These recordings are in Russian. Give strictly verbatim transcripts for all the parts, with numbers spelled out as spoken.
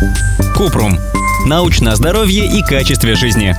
Купрум. Научное здоровье и качестве жизни.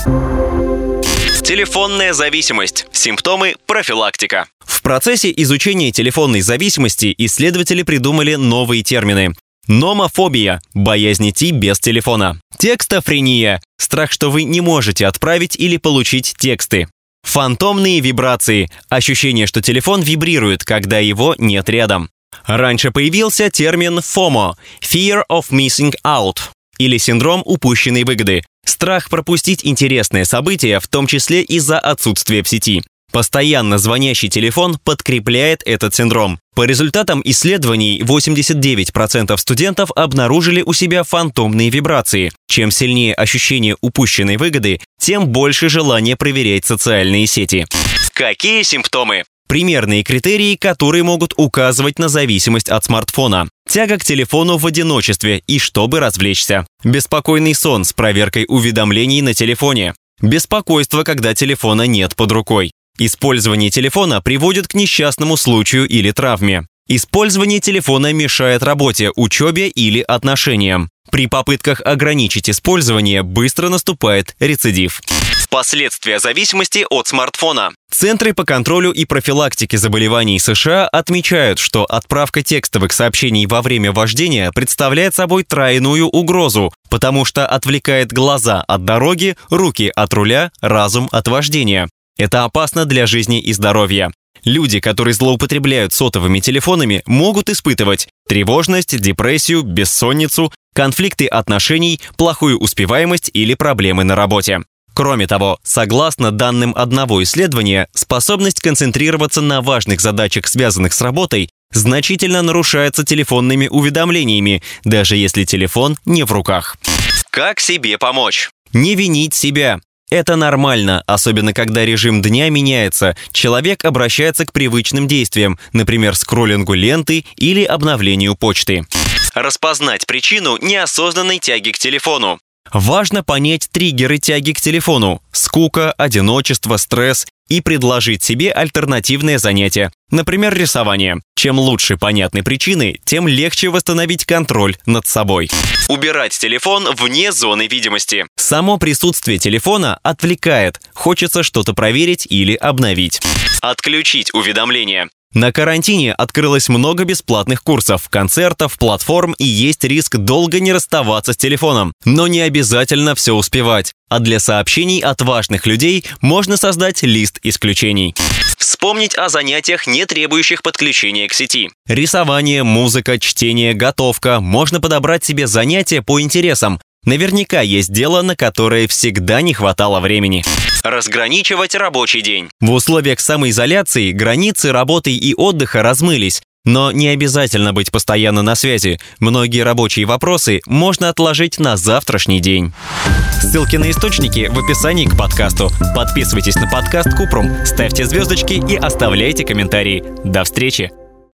Телефонная зависимость. Симптомы, профилактика. В процессе изучения телефонной зависимости исследователи придумали новые термины. Номофобия – боязнь идти без телефона. Текстофрения – страх, что вы не можете отправить или получить тексты. Фантомные вибрации – ощущение, что телефон вибрирует, когда его нет рядом. Раньше появился термин фомо – Fear of Missing Out или синдром упущенной выгоды – страх пропустить интересные события, в том числе из-за отсутствия в сети. Постоянно звонящий телефон подкрепляет этот синдром. По результатам исследований восемьдесят девять процентов студентов обнаружили у себя фантомные вибрации. Чем сильнее ощущение упущенной выгоды, тем больше желание проверять социальные сети. Какие симптомы? Примерные критерии, которые могут указывать на зависимость от смартфона. Тяга к телефону в одиночестве и чтобы развлечься. Беспокойный сон с проверкой уведомлений на телефоне. Беспокойство, когда телефона нет под рукой. Использование телефона приводит к несчастному случаю или травме. Использование телефона мешает работе, учебе или отношениям. При попытках ограничить использование быстро наступает рецидив. Последствия зависимости от смартфона. Центры по контролю и профилактике заболеваний США отмечают, что отправка текстовых сообщений во время вождения представляет собой тройную угрозу, потому что отвлекает глаза от дороги, руки от руля, разум от вождения. Это опасно для жизни и здоровья. Люди, которые злоупотребляют сотовыми телефонами, могут испытывать тревожность, депрессию, бессонницу, конфликты отношений, плохую успеваемость или проблемы на работе. Кроме того, согласно данным одного исследования, способность концентрироваться на важных задачах, связанных с работой, значительно нарушается телефонными уведомлениями, даже если телефон не в руках. Как себе помочь? Не винить себя. Это нормально, особенно когда режим дня меняется, человек обращается к привычным действиям, например, скроллингу ленты или обновлению почты. Распознать причину неосознанной тяги к телефону. Важно понять триггеры тяги к телефону – скука, одиночество, стресс – и предложить себе альтернативные занятия, например, рисование. Чем лучше понятны причины, тем легче восстановить контроль над собой. Убирать телефон вне зоны видимости. Само присутствие телефона отвлекает, хочется что-то проверить или обновить. Отключить уведомления. На карантине открылось много бесплатных курсов, концертов, платформ и есть риск долго не расставаться с телефоном. Но не обязательно все успевать. А для сообщений от важных людей можно создать лист исключений. Вспомнить о занятиях, не требующих подключения к сети. Рисование, музыка, чтение, готовка. Можно подобрать себе занятия по интересам. Наверняка есть дело, на которое всегда не хватало времени. Разграничивать рабочий день. В условиях самоизоляции границы работы и отдыха размылись. Но не обязательно быть постоянно на связи. Многие рабочие вопросы можно отложить на завтрашний день. Ссылки на источники в описании к подкасту. Подписывайтесь на подкаст Купрум, ставьте звездочки и оставляйте комментарии. До встречи!